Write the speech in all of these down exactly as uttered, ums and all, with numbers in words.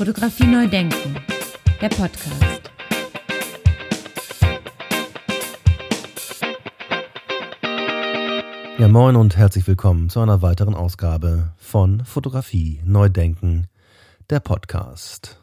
Fotografie neu denken, der Podcast. Ja, moin und herzlich willkommen zu einer weiteren Ausgabe von Fotografie neu denken, der Podcast.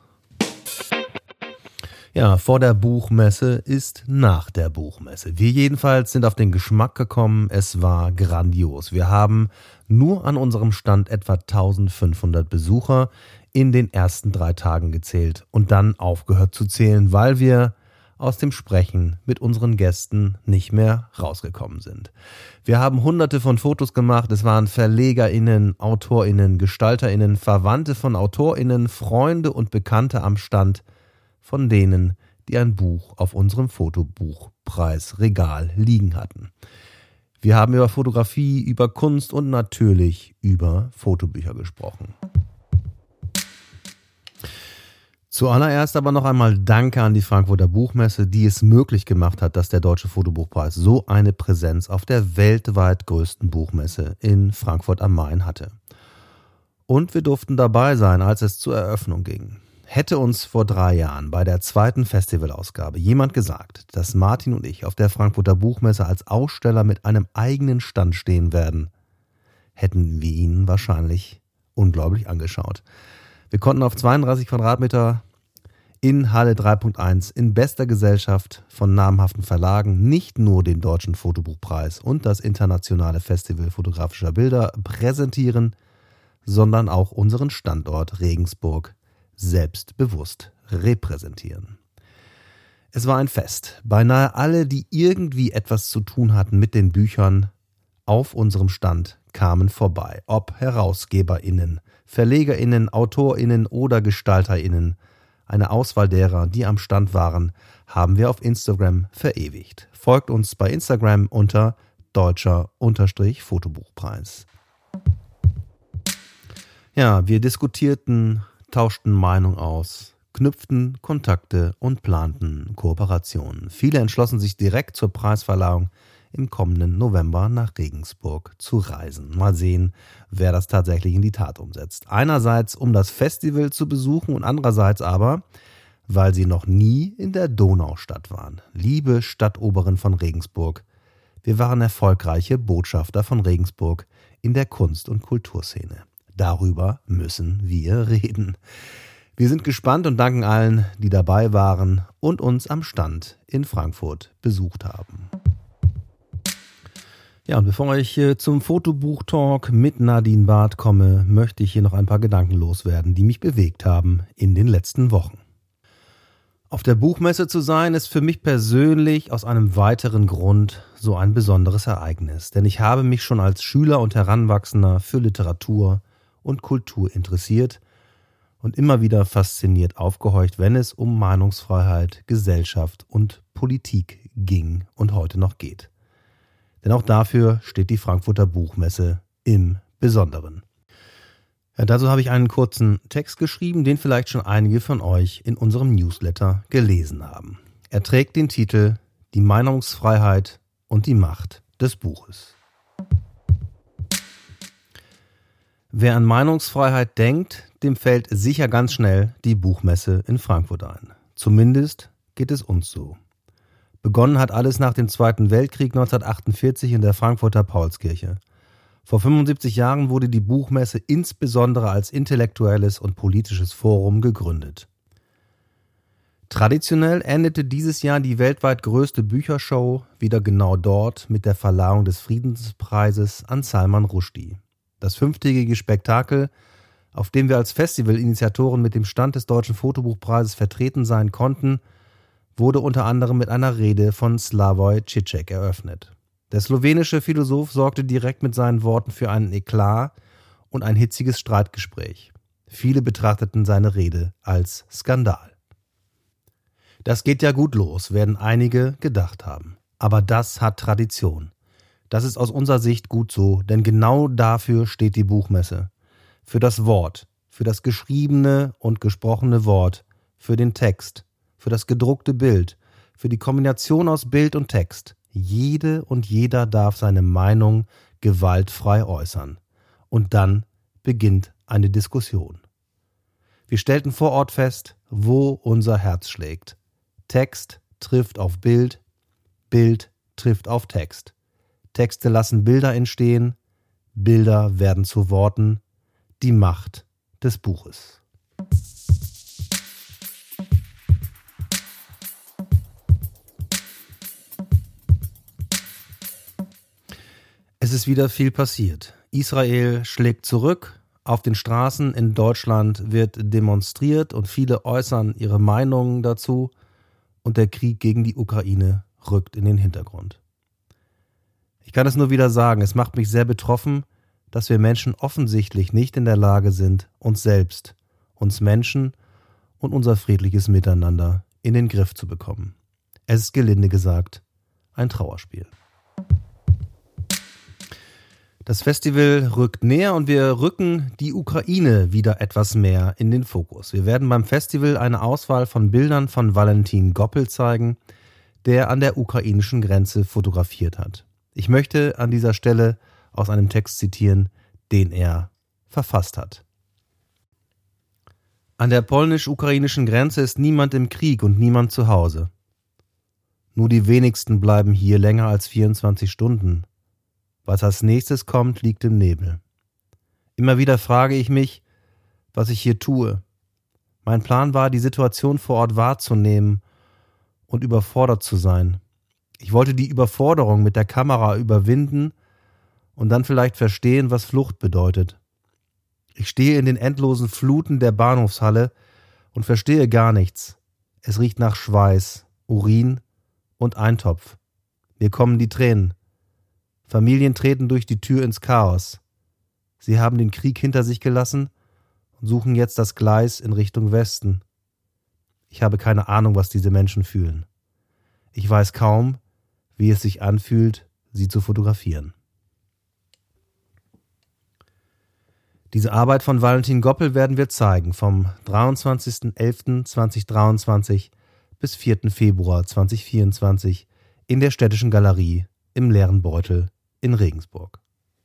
Ja, vor der Buchmesse ist nach der Buchmesse. Wir jedenfalls sind auf den Geschmack gekommen, es war grandios. Wir haben nur an unserem Stand etwa eintausendfünfhundert Besucher in den ersten drei Tagen gezählt und dann aufgehört zu zählen, weil wir aus dem Sprechen mit unseren Gästen nicht mehr rausgekommen sind. Wir haben hunderte von Fotos gemacht, es waren VerlegerInnen, AutorInnen, GestalterInnen, Verwandte von AutorInnen, Freunde und Bekannte am Stand, von denen, die ein Buch auf unserem Fotobuchpreisregal liegen hatten. Wir haben über Fotografie, über Kunst und natürlich über Fotobücher gesprochen. Zuallererst aber noch einmal Danke an die Frankfurter Buchmesse, die es möglich gemacht hat, dass der Deutsche Fotobuchpreis so eine Präsenz auf der weltweit größten Buchmesse in Frankfurt am Main hatte. Und wir durften dabei sein, als es zur Eröffnung ging. Hätte uns vor drei Jahren bei der zweiten Festivalausgabe jemand gesagt, dass Martin und ich auf der Frankfurter Buchmesse als Aussteller mit einem eigenen Stand stehen werden, hätten wir ihn wahrscheinlich unglaublich angeschaut. Wir konnten auf zweiunddreißig Quadratmeter in Halle drei Punkt eins in bester Gesellschaft von namhaften Verlagen nicht nur den Deutschen Fotobuchpreis und das Internationale Festival fotografischer Bilder präsentieren, sondern auch unseren Standort Regensburg selbstbewusst repräsentieren. Es war ein Fest. Beinahe alle, die irgendwie etwas zu tun hatten mit den Büchern auf unserem Stand, kamen vorbei. Ob HerausgeberInnen, VerlegerInnen, AutorInnen oder GestalterInnen. Eine Auswahl derer, die am Stand waren, haben wir auf Instagram verewigt. Folgt uns bei Instagram unter Deutscher-Fotobuchpreis. Ja, wir diskutierten, tauschten Meinung aus, knüpften Kontakte und planten Kooperationen. Viele entschlossen sich direkt zur Preisverleihung im kommenden November nach Regensburg zu reisen. Mal sehen, wer das tatsächlich in die Tat umsetzt. Einerseits, um das Festival zu besuchen und andererseits aber, weil sie noch nie in der Donaustadt waren. Liebe Stadtoberin von Regensburg, wir waren erfolgreiche Botschafter von Regensburg in der Kunst- und Kulturszene. Darüber müssen wir reden. Wir sind gespannt und danken allen, die dabei waren und uns am Stand in Frankfurt besucht haben. Ja, und bevor ich zum Fotobuch-Talk mit Nadine Barth komme, möchte ich hier noch ein paar Gedanken loswerden, die mich bewegt haben in den letzten Wochen. Auf der Buchmesse zu sein, ist für mich persönlich aus einem weiteren Grund so ein besonderes Ereignis. Denn ich habe mich schon als Schüler und Heranwachsender für Literatur und Kultur interessiert und immer wieder fasziniert aufgehorcht, wenn es um Meinungsfreiheit, Gesellschaft und Politik ging und heute noch geht. Denn auch dafür steht die Frankfurter Buchmesse im Besonderen. Ja, dazu habe ich einen kurzen Text geschrieben, den vielleicht schon einige von euch in unserem Newsletter gelesen haben. Er trägt den Titel »Die Meinungsfreiheit und die Macht des Buches«. Wer an Meinungsfreiheit denkt, dem fällt sicher ganz schnell die Buchmesse in Frankfurt ein. Zumindest geht es uns so. Begonnen hat alles nach dem Zweiten Weltkrieg neunzehnhundertachtundvierzig in der Frankfurter Paulskirche. Vor fünfundsiebzig Jahren wurde die Buchmesse insbesondere als intellektuelles und politisches Forum gegründet. Traditionell endete dieses Jahr die weltweit größte Büchershow wieder genau dort mit der Verleihung des Friedenspreises an Salman Rushdie. Das fünftägige Spektakel, auf dem wir als Festivalinitiatoren mit dem Stand des Deutschen Fotobuchpreises vertreten sein konnten, wurde unter anderem mit einer Rede von Slavoj Žižek eröffnet. Der slowenische Philosoph sorgte direkt mit seinen Worten für einen Eklat und ein hitziges Streitgespräch. Viele betrachteten seine Rede als Skandal. Das geht ja gut los, werden einige gedacht haben. Aber das hat Tradition. Das ist aus unserer Sicht gut so, denn genau dafür steht die Buchmesse. Für das Wort, für das geschriebene und gesprochene Wort, für den Text, für das gedruckte Bild, für die Kombination aus Bild und Text. Jede und jeder darf seine Meinung gewaltfrei äußern. Und dann beginnt eine Diskussion. Wir stellten vor Ort fest, wo unser Herz schlägt. Text trifft auf Bild, Bild trifft auf Text. Texte lassen Bilder entstehen, Bilder werden zu Worten, die Macht des Buches. Es ist wieder viel passiert. Israel schlägt zurück, auf den Straßen in Deutschland wird demonstriert und viele äußern ihre Meinungen dazu und der Krieg gegen die Ukraine rückt in den Hintergrund. Ich kann es nur wieder sagen, es macht mich sehr betroffen, dass wir Menschen offensichtlich nicht in der Lage sind, uns selbst, uns Menschen und unser friedliches Miteinander in den Griff zu bekommen. Es ist gelinde gesagt ein Trauerspiel. Das Festival rückt näher und wir rücken die Ukraine wieder etwas mehr in den Fokus. Wir werden beim Festival eine Auswahl von Bildern von Valentin Goppel zeigen, der an der ukrainischen Grenze fotografiert hat. Ich möchte an dieser Stelle aus einem Text zitieren, den er verfasst hat. An der polnisch-ukrainischen Grenze ist niemand im Krieg und niemand zu Hause. Nur die wenigsten bleiben hier länger als vierundzwanzig Stunden. Was als nächstes kommt, liegt im Nebel. Immer wieder frage ich mich, was ich hier tue. Mein Plan war, die Situation vor Ort wahrzunehmen und überfordert zu sein. Ich wollte die Überforderung mit der Kamera überwinden und dann vielleicht verstehen, was Flucht bedeutet. Ich stehe in den endlosen Fluten der Bahnhofshalle und verstehe gar nichts. Es riecht nach Schweiß, Urin und Eintopf. Mir kommen die Tränen. Familien treten durch die Tür ins Chaos. Sie haben den Krieg hinter sich gelassen und suchen jetzt das Gleis in Richtung Westen. Ich habe keine Ahnung, was diese Menschen fühlen. Ich weiß kaum, wie es sich anfühlt, sie zu fotografieren. Diese Arbeit von Valentin Goppel werden wir zeigen, vom dreiundzwanzigsten elften zweitausenddreiundzwanzig bis vierten Februar zweitausendvierundzwanzig in der Städtischen Galerie im Leeren Beutel in Regensburg.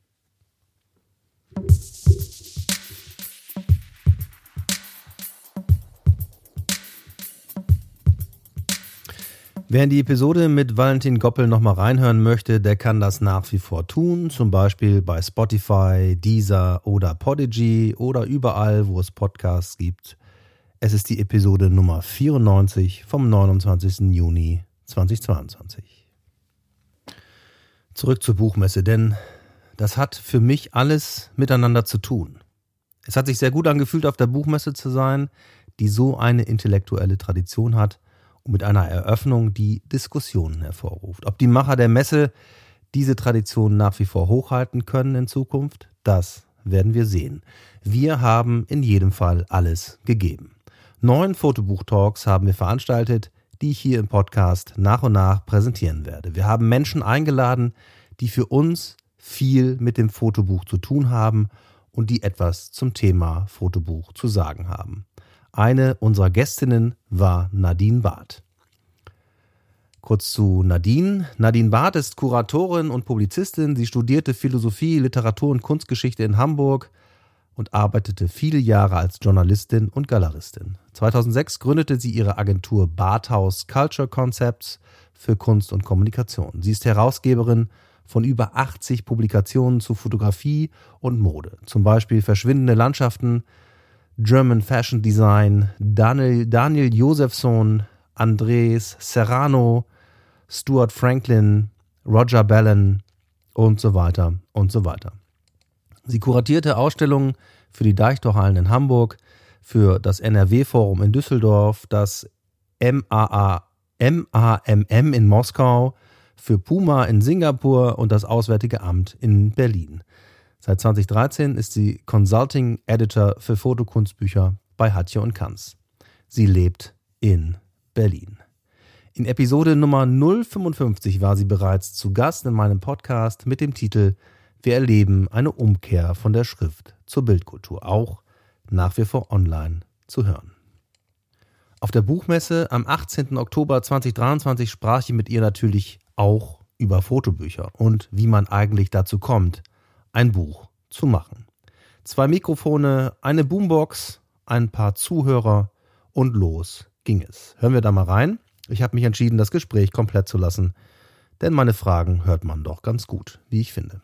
Wer in die Episode mit Valentin Goppel nochmal reinhören möchte, der kann das nach wie vor tun, zum Beispiel bei Spotify, Deezer oder Podigy oder überall, wo es Podcasts gibt. Es ist die Episode Nummer vierundneunzig vom neunundzwanzigsten Juni zweitausendzweiundzwanzig. Zurück zur Buchmesse, denn das hat für mich alles miteinander zu tun. Es hat sich sehr gut angefühlt, auf der Buchmesse zu sein, die so eine intellektuelle Tradition hat und mit einer Eröffnung, die Diskussionen hervorruft. Ob die Macher der Messe diese Tradition nach wie vor hochhalten können in Zukunft, das werden wir sehen. Wir haben in jedem Fall alles gegeben. Neun Fotobuch-Talks haben wir veranstaltet, die ich hier im Podcast nach und nach präsentieren werde. Wir haben Menschen eingeladen, die für uns viel mit dem Fotobuch zu tun haben und die etwas zum Thema Fotobuch zu sagen haben. Eine unserer Gästinnen war Nadine Barth. Kurz zu Nadine. Nadine Barth ist Kuratorin und Publizistin. Sie studierte Philosophie, Literatur und Kunstgeschichte in Hamburg und arbeitete viele Jahre als Journalistin und Galeristin. zweitausendsechs gründete sie ihre Agentur Barthaus Culture Concepts für Kunst und Kommunikation. Sie ist Herausgeberin von über achtzig Publikationen zu Fotografie und Mode. Zum Beispiel Verschwindende Landschaften, German Fashion Design, Daniel, Daniel Josephson, Andres Serrano, Stuart Franklin, Roger Bellin und so weiter und so weiter. Sie kuratierte Ausstellungen für die Deichtorhallen in Hamburg, für das N R W-Forum in Düsseldorf, das M A M M in Moskau, für Puma in Singapur und das Auswärtige Amt in Berlin. Seit zweitausenddreizehn ist sie Consulting Editor für Fotokunstbücher bei Hatje und Kanz. Sie lebt in Berlin. In Episode Nummer null fünfundfünfzig war sie bereits zu Gast in meinem Podcast mit dem Titel Wir erleben eine Umkehr von der Schrift zur Bildkultur, auch nach wie vor online zu hören. Auf der Buchmesse am achtzehnten Oktober zweitausenddreiundzwanzig sprach ich mit ihr natürlich auch über Fotobücher und wie man eigentlich dazu kommt, ein Buch zu machen. Zwei Mikrofone, eine Boombox ein paar Zuhörer und los ging es. Hören wir da mal rein. Ich habe mich entschieden, das Gespräch komplett zu lassen, denn meine Fragen hört man doch ganz gut, wie ich finde.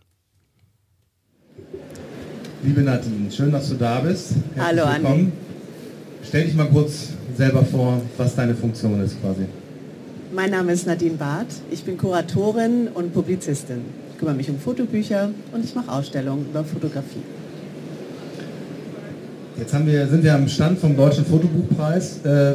Liebe Nadine, schön, dass du da bist. Herzlich Hallo willkommen. Andi. Stell dich mal kurz selber vor, was deine Funktion ist quasi. Mein Name ist Nadine Barth. Ich bin Kuratorin und Publizistin. Ich kümmere mich um Fotobücher und ich mache Ausstellungen über Fotografie. Jetzt haben wir, sind wir am Stand vom Deutschen Fotobuchpreis. Äh,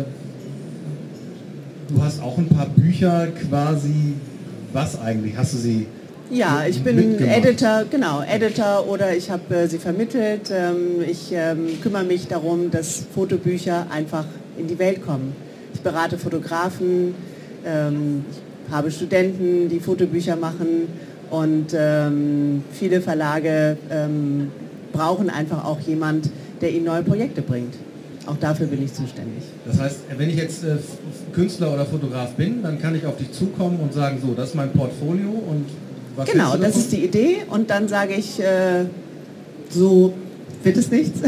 du hast auch ein paar Bücher quasi. Was eigentlich? Hast du sie Ja, ich bin mitgemacht? Editor, genau, Editor oder ich habe äh, sie vermittelt. Ähm, ich ähm, kümmere mich darum, dass Fotobücher einfach in die Welt kommen. Ich berate Fotografen, ähm, ich habe Studenten, die Fotobücher machen und ähm, viele Verlage ähm, brauchen einfach auch jemand, der ihnen neue Projekte bringt. Auch dafür bin ich zuständig. Das heißt, wenn ich jetzt äh, Künstler oder Fotograf bin, dann kann ich auf dich zukommen und sagen, so, das ist mein Portfolio und was Genau, willst du das davon? ist die Idee und dann sage ich, äh, so wird es nichts.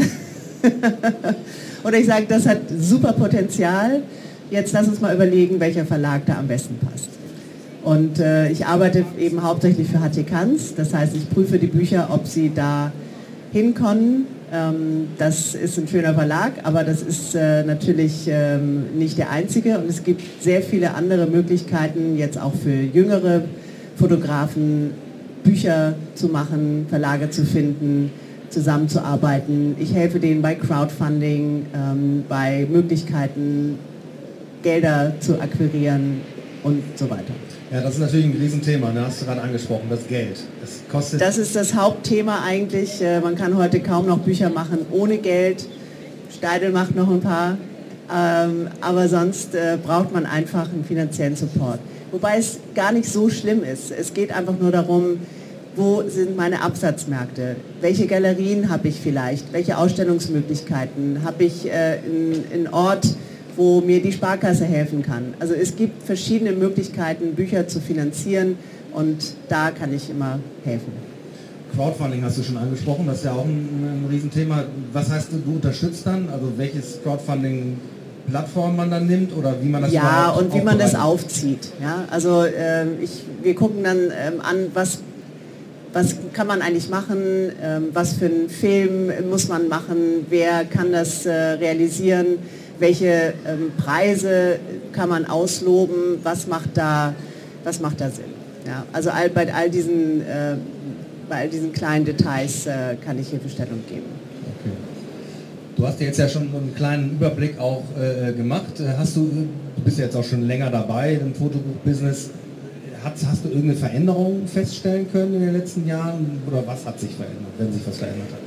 Oder ich sage, das hat super Potenzial, jetzt lass uns mal überlegen, welcher Verlag da am besten passt. Und äh, ich arbeite eben hauptsächlich für H T Kanz, das heißt, ich prüfe die Bücher, ob sie da hinkommen. Ähm, das ist ein schöner Verlag, aber das ist äh, natürlich ähm, nicht der einzige und es gibt sehr viele andere Möglichkeiten, jetzt auch für jüngere Fotografen Bücher zu machen, Verlage zu finden, zusammenzuarbeiten. Ich helfe denen bei Crowdfunding, ähm, bei Möglichkeiten, Gelder zu akquirieren und so weiter. Ja, das ist natürlich ein Riesenthema, da hast du gerade angesprochen, das Geld. Das kostet. Das ist das Hauptthema eigentlich. Äh, Man kann heute kaum noch Bücher machen ohne Geld. Steidl macht noch ein paar, ähm, aber sonst äh, braucht man einfach einen finanziellen Support. Wobei es gar nicht so schlimm ist. Es geht einfach nur darum, wo sind meine Absatzmärkte? Welche Galerien habe ich vielleicht? Welche Ausstellungsmöglichkeiten? Habe ich äh, einen Ort, wo mir die Sparkasse helfen kann? Also es gibt verschiedene Möglichkeiten, Bücher zu finanzieren und da kann ich immer helfen. Crowdfunding hast du schon angesprochen, das ist ja auch ein, ein Riesenthema. Was heißt, du unterstützt dann? Also welches Crowdfunding-Plattform man dann nimmt oder wie man das Ja, und wie man das aufbereitet? aufzieht. Ja? Also äh, ich, wir gucken dann ähm, an, was, was kann man eigentlich machen, ähm, was für einen Film muss man machen, wer kann das äh, realisieren, welche ähm, Preise kann man ausloben, was macht da, was macht da Sinn. Ja? Also all, bei all diesen äh, bei all diesen kleinen Details äh, kann ich Hilfestellung geben. Okay. Du hast ja jetzt ja schon einen kleinen Überblick auch äh, gemacht. Hast du, du bist ja jetzt auch schon länger dabei im Fotobuch-Business. Hast, hast du irgendeine Veränderung feststellen können in den letzten Jahren? Oder was hat sich verändert, wenn sich was verändert hat?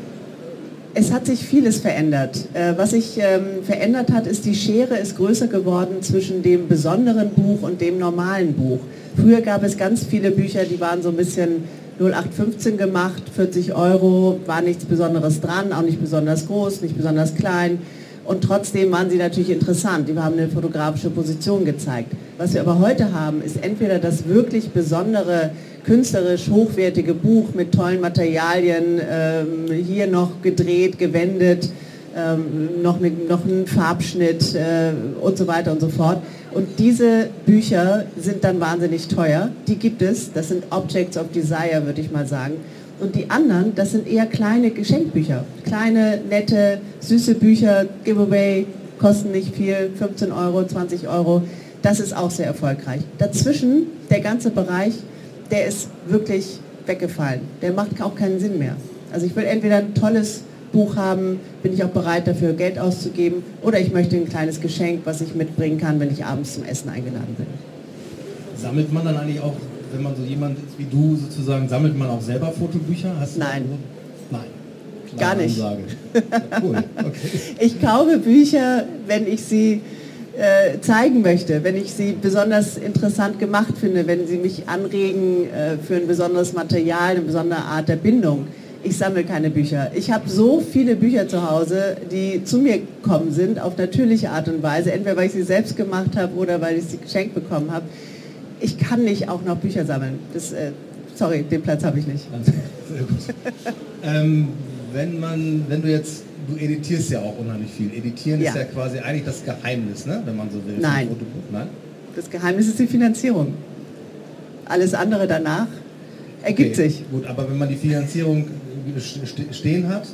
Es hat sich vieles verändert. Äh, was sich ähm, verändert hat, ist, die Schere ist größer geworden zwischen dem besonderen Buch und dem normalen Buch. Früher gab es ganz viele Bücher, die waren so ein bisschen null acht fünfzehn gemacht, vierzig Euro, war nichts Besonderes dran, auch nicht besonders groß, nicht besonders klein. Und trotzdem waren sie natürlich interessant. Die haben eine fotografische Position gezeigt. Was wir aber heute haben, ist entweder das wirklich besondere, künstlerisch hochwertige Buch mit tollen Materialien, ähm, hier noch gedreht, gewendet, ähm, noch, ne, noch ein Farbschnitt äh, und so weiter und so fort. Und diese Bücher sind dann wahnsinnig teuer. Die gibt es. Das sind Objects of Desire, würde ich mal sagen. Und die anderen, das sind eher kleine Geschenkbücher. Kleine, nette, süße Bücher, Giveaway, kosten nicht viel, fünfzehn Euro, zwanzig Euro. Das ist auch sehr erfolgreich. Dazwischen, der ganze Bereich, der ist wirklich weggefallen. Der macht auch keinen Sinn mehr. Also ich will entweder ein tolles Buch haben, bin ich auch bereit dafür Geld auszugeben, oder ich möchte ein kleines Geschenk, was ich mitbringen kann, wenn ich abends zum Essen eingeladen bin. Sammelt man dann eigentlich auch, wenn man so jemand ist wie du sozusagen, sammelt man auch selber Fotobücher? Hast du Nein. Nein. Gar nicht. Ansage. Ja, cool. Okay. Ich kaufe Bücher, wenn ich sie äh, zeigen möchte, wenn ich sie besonders interessant gemacht finde, wenn sie mich anregen äh, für ein besonderes Material, eine besondere Art der Bindung. Ich sammle keine Bücher. Ich habe so viele Bücher zu Hause, die zu mir gekommen sind, auf natürliche Art und Weise, entweder weil ich sie selbst gemacht habe oder weil ich sie geschenkt bekommen habe. Ich kann nicht auch noch Bücher sammeln. Das, äh, sorry, den Platz habe ich nicht. Sehr gut. ähm, wenn, man, wenn du jetzt du editierst ja auch unheimlich viel. Editieren Ja. ist ja quasi eigentlich das Geheimnis, ne? Wenn man so will. Nein. vom Fotobuch. Nein? Das Geheimnis ist die Finanzierung. Alles andere danach ergibt Okay, sich. Gut, aber wenn man die Finanzierung ste- stehen hat,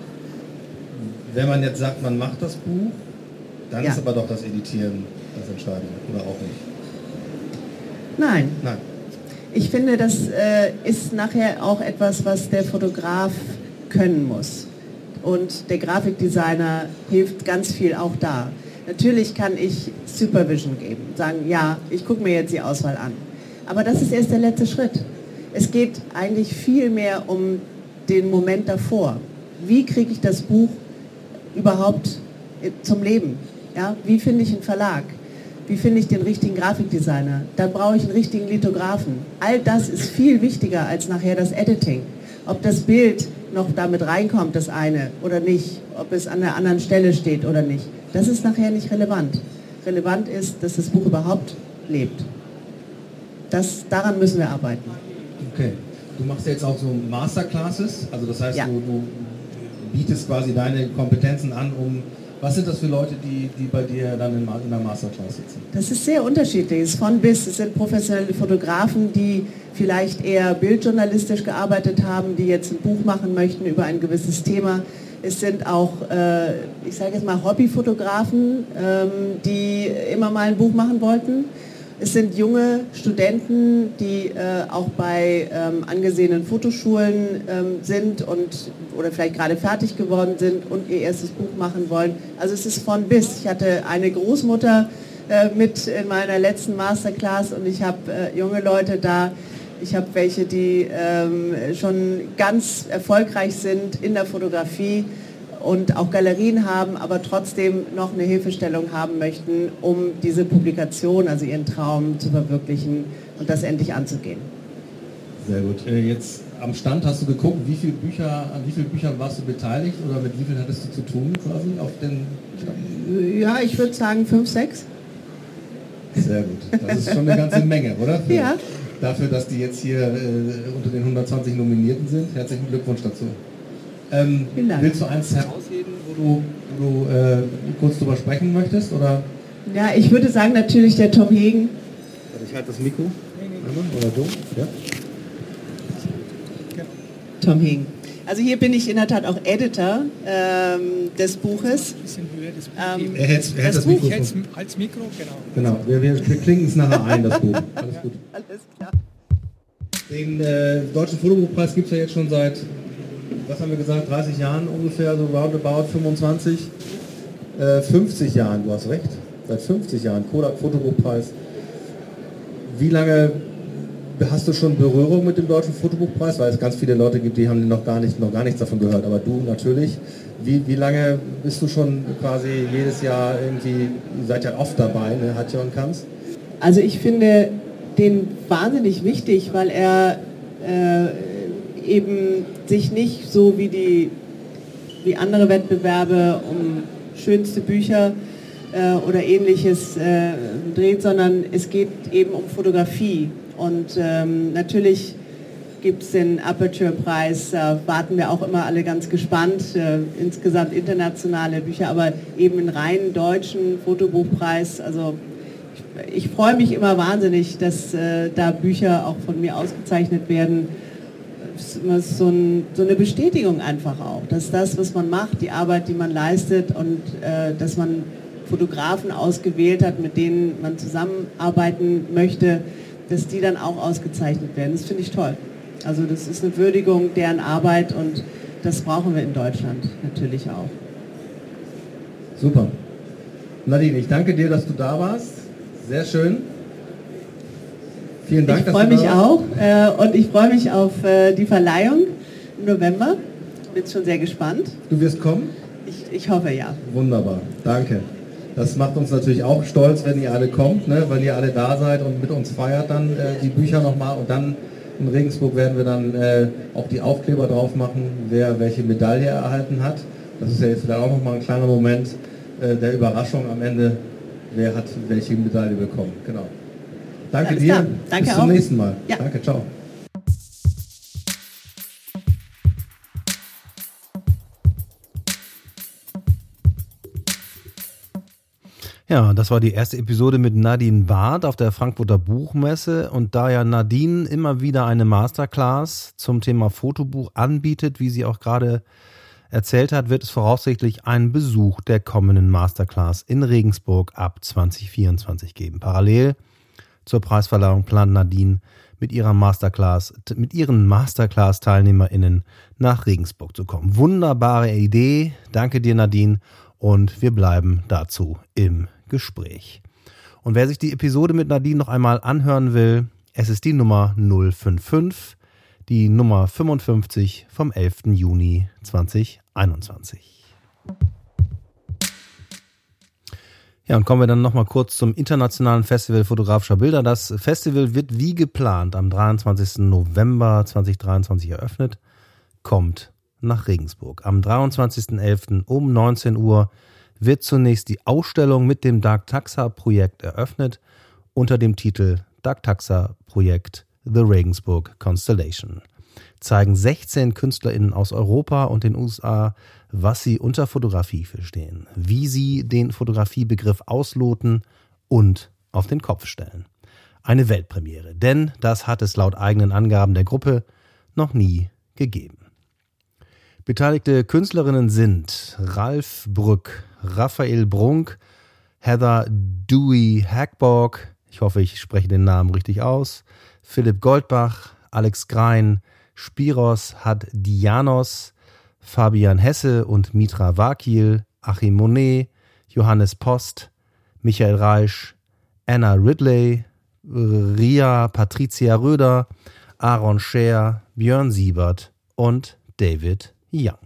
wenn man jetzt sagt, man macht das Buch, dann Ja. ist aber doch das Editieren das Entscheidende, oder auch nicht? Nein. Nein. Ich finde, das äh, ist nachher auch etwas, was der Fotograf können muss. Und der Grafikdesigner hilft ganz viel auch da. Natürlich kann ich Supervision geben, sagen, ja, ich gucke mir jetzt die Auswahl an. Aber das ist erst der letzte Schritt. Es geht eigentlich viel mehr um den Moment davor. Wie kriege ich das Buch überhaupt zum Leben? Ja? Wie finde ich einen Verlag? Wie finde ich den richtigen Grafikdesigner? Dann brauche ich einen richtigen Lithografen. All das ist viel wichtiger als nachher das Editing. Ob das Bild noch damit reinkommt, das eine, oder nicht. Ob es an der anderen Stelle steht oder nicht. Das ist nachher nicht relevant. Relevant ist, dass das Buch überhaupt lebt. Das, daran müssen wir arbeiten. Okay. Du machst ja jetzt auch so Masterclasses, also das heißt, Ja. du, du bietest quasi deine Kompetenzen an, um, was sind das für Leute, die, die bei dir dann in, in der Masterclass sitzen? Das ist sehr unterschiedlich. Es ist von bis. Es sind professionelle Fotografen, die vielleicht eher bildjournalistisch gearbeitet haben, die jetzt ein Buch machen möchten über ein gewisses Thema. Es sind auch, äh, ich sage jetzt mal, Hobbyfotografen, ähm, die immer mal ein Buch machen wollten. Es sind junge Studenten, die äh, auch bei ähm, angesehenen Fotoschulen ähm, sind und oder vielleicht gerade fertig geworden sind und ihr erstes Buch machen wollen. Also es ist von bis. Ich hatte eine Großmutter äh, mit in meiner letzten Masterclass und ich habe äh, junge Leute da. Ich habe welche, die ähm, schon ganz erfolgreich sind in der Fotografie und auch Galerien haben, aber trotzdem noch eine Hilfestellung haben möchten, um diese Publikation, also ihren Traum zu verwirklichen und das endlich anzugehen. Sehr gut. Äh, jetzt am Stand hast du geguckt, wie viele Bücher, an wie vielen Büchern warst du beteiligt oder mit wie vielen hattest du zu tun quasi auf den Stand? Ja, ich würde sagen fünf, sechs. Sehr gut. Das ist schon eine ganze Menge, oder? Für, Ja. Dafür, dass die jetzt hier äh, unter den hundertzwanzig Nominierten sind. Herzlichen Glückwunsch dazu. Ähm, Vielen Dank. Willst du eins herausheben, wo du, wo du äh, kurz drüber sprechen möchtest? Oder? Ja, ich würde sagen natürlich der Tom Hegen. Ich halte das Mikro. Oder du? Ja. Tom Hegen. Also hier bin ich in der Tat auch Editor ähm, des Buches. Bisschen Höhe des Ähm, Er hält, er hält Das das, Buch Mikro. Ich hält's als Mikro, genau. Genau, wir, wir, wir klingen es nachher ein, das Buch. Alles gut. Alles klar. Den äh, Deutschen Fotobuchpreis gibt es ja jetzt schon seit, was haben wir gesagt, dreißig Jahren ungefähr, so roundabout fünfundzwanzig, äh, fünfzig Jahren, du hast recht, seit fünfzig Jahren, Kodak Fotobuchpreis. Wie lange hast du schon Berührung mit dem Deutschen Fotobuchpreis? Weil es ganz viele Leute gibt, die haben noch gar, nicht, noch gar nichts davon gehört, aber du natürlich. Wie, wie lange bist du schon quasi jedes Jahr irgendwie, ihr seid ja oft dabei, ne, Hatja und Kanz? Also ich finde den wahnsinnig wichtig, weil er äh, eben sich nicht so wie die wie andere Wettbewerbe um schönste Bücher äh, oder ähnliches äh, dreht, sondern es geht eben um Fotografie. Und ähm, natürlich gibt es den Aperture-Preis, äh, warten wir auch immer alle ganz gespannt, äh, insgesamt internationale Bücher, aber eben einen reinen deutschen Fotobuchpreis, also ich, ich freue mich immer wahnsinnig, dass äh, da Bücher auch von mir ausgezeichnet werden. Es ist immer so, ein, so eine Bestätigung einfach auch, dass das, was man macht, die Arbeit, die man leistet und äh, dass man Fotografen ausgewählt hat, mit denen man zusammenarbeiten möchte, dass die dann auch ausgezeichnet werden. Das finde ich toll. Also das ist eine Würdigung deren Arbeit und das brauchen wir in Deutschland natürlich auch. Super. Nadine, ich danke dir, dass du da warst. Sehr schön. Vielen Dank, Ich dass freue du da mich warst. auch äh, und ich freue mich auf äh, die Verleihung im November. Bin schon sehr gespannt. Du wirst kommen? Ich, ich hoffe ja. Wunderbar. Danke. Das macht uns natürlich auch stolz, wenn ihr alle kommt, ne? Weil ihr alle da seid und mit uns feiert dann äh, die Bücher nochmal. Und dann in Regensburg werden wir dann äh, auch die Aufkleber drauf machen, wer welche Medaille erhalten hat. Das ist ja jetzt vielleicht auch nochmal ein kleiner Moment äh, der Überraschung am Ende, wer hat welche Medaille bekommen. Genau. Danke Alles dir. klar. Danke Bis zum auch. nächsten Mal. Ja. Danke, ciao. Ja, das war die erste Episode mit Nadine Barth auf der Frankfurter Buchmesse. Und da ja Nadine immer wieder eine Masterclass zum Thema Fotobuch anbietet, wie sie auch gerade erzählt hat, wird es voraussichtlich einen Besuch der kommenden Masterclass in Regensburg ab zwanzig vierundzwanzig geben. Parallel zur Preisverleihung plant Nadine mit ihrer Masterclass, mit ihren Masterclass-TeilnehmerInnen nach Regensburg zu kommen. Wunderbare Idee. Danke dir, Nadine. Und wir bleiben dazu im Gespräch. Und wer sich die Episode mit Nadine noch einmal anhören will, es ist die Nummer null fünf fünf, die Nummer fünfundfünfzig vom elften Juni zweitausendeinundzwanzig. Ja, und kommen wir dann nochmal kurz zum Internationalen Festival fotografischer Bilder. Das Festival wird wie geplant am dreiundzwanzigsten November zweitausenddreiundzwanzig eröffnet, kommt nach Regensburg. Am dreiundzwanzigsten elften um neunzehn Uhr wird zunächst die Ausstellung mit dem Dark Taxa Projekt eröffnet unter dem Titel Dark Taxa Projekt The Regensburg Constellation. Zeigen sechzehn KünstlerInnen aus Europa und den U S A, was sie unter Fotografie verstehen, wie sie den Fotografiebegriff ausloten und auf den Kopf stellen. Eine Weltpremiere, denn das hat es laut eigenen Angaben der Gruppe noch nie gegeben. Beteiligte Künstlerinnen sind Ralf Brück, Raphael Brunk, Heather Dewey Hackborg, ich hoffe, ich spreche den Namen richtig aus, Philipp Goldbach, Alex Grein, Spiros Hadjianos, Fabian Hesse und Mitra Wakil, Achim Monet, Johannes Post, Michael Reisch, Anna Ridley, Ria Patricia Röder, Aaron Scher, Björn Siebert und David Young.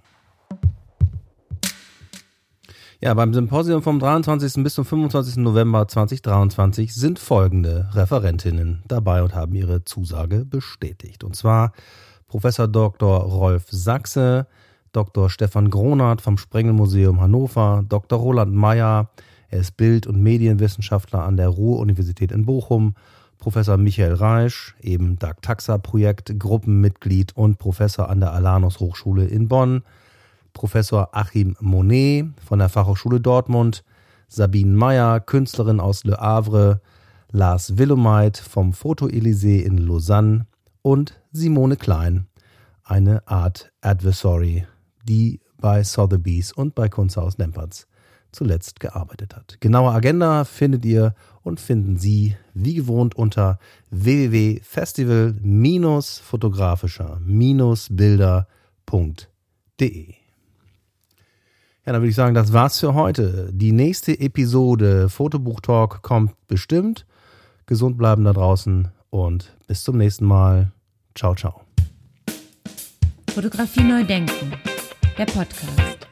Ja, beim Symposium vom dreiundzwanzigsten bis zum fünfundzwanzigsten November zweitausenddreiundzwanzig sind folgende Referentinnen dabei und haben ihre Zusage bestätigt. Und zwar Professor Doktor Rolf Sachse, Doktor Stefan Gronert vom Sprengelmuseum Hannover, Doktor Roland Meyer, er ist Bild- und Medienwissenschaftler an der Ruhr-Universität in Bochum, Professor Michael Reisch, eben Dark Taxa Projekt, Gruppenmitglied und Professor an der Alanus Hochschule in Bonn, Professor Achim Monet von der Fachhochschule Dortmund, Sabine Meyer, Künstlerin aus Le Havre, Lars Willumeit vom Foto-Elysée in Lausanne und Simone Klein, eine Art Adversary, die bei Sotheby's und bei Kunsthaus Nempertz zuletzt gearbeitet hat. Genaue Agenda findet ihr und finden Sie wie gewohnt unter w w w punkt festival Bindestrich fotografischer Bindestrich bilder punkt de. Ja, dann würde ich sagen, das war's für heute. Die nächste Episode Fotobuch-Talk kommt bestimmt. Gesund bleiben da draußen und bis zum nächsten Mal. Ciao, ciao. Fotografie neu denken, der Podcast.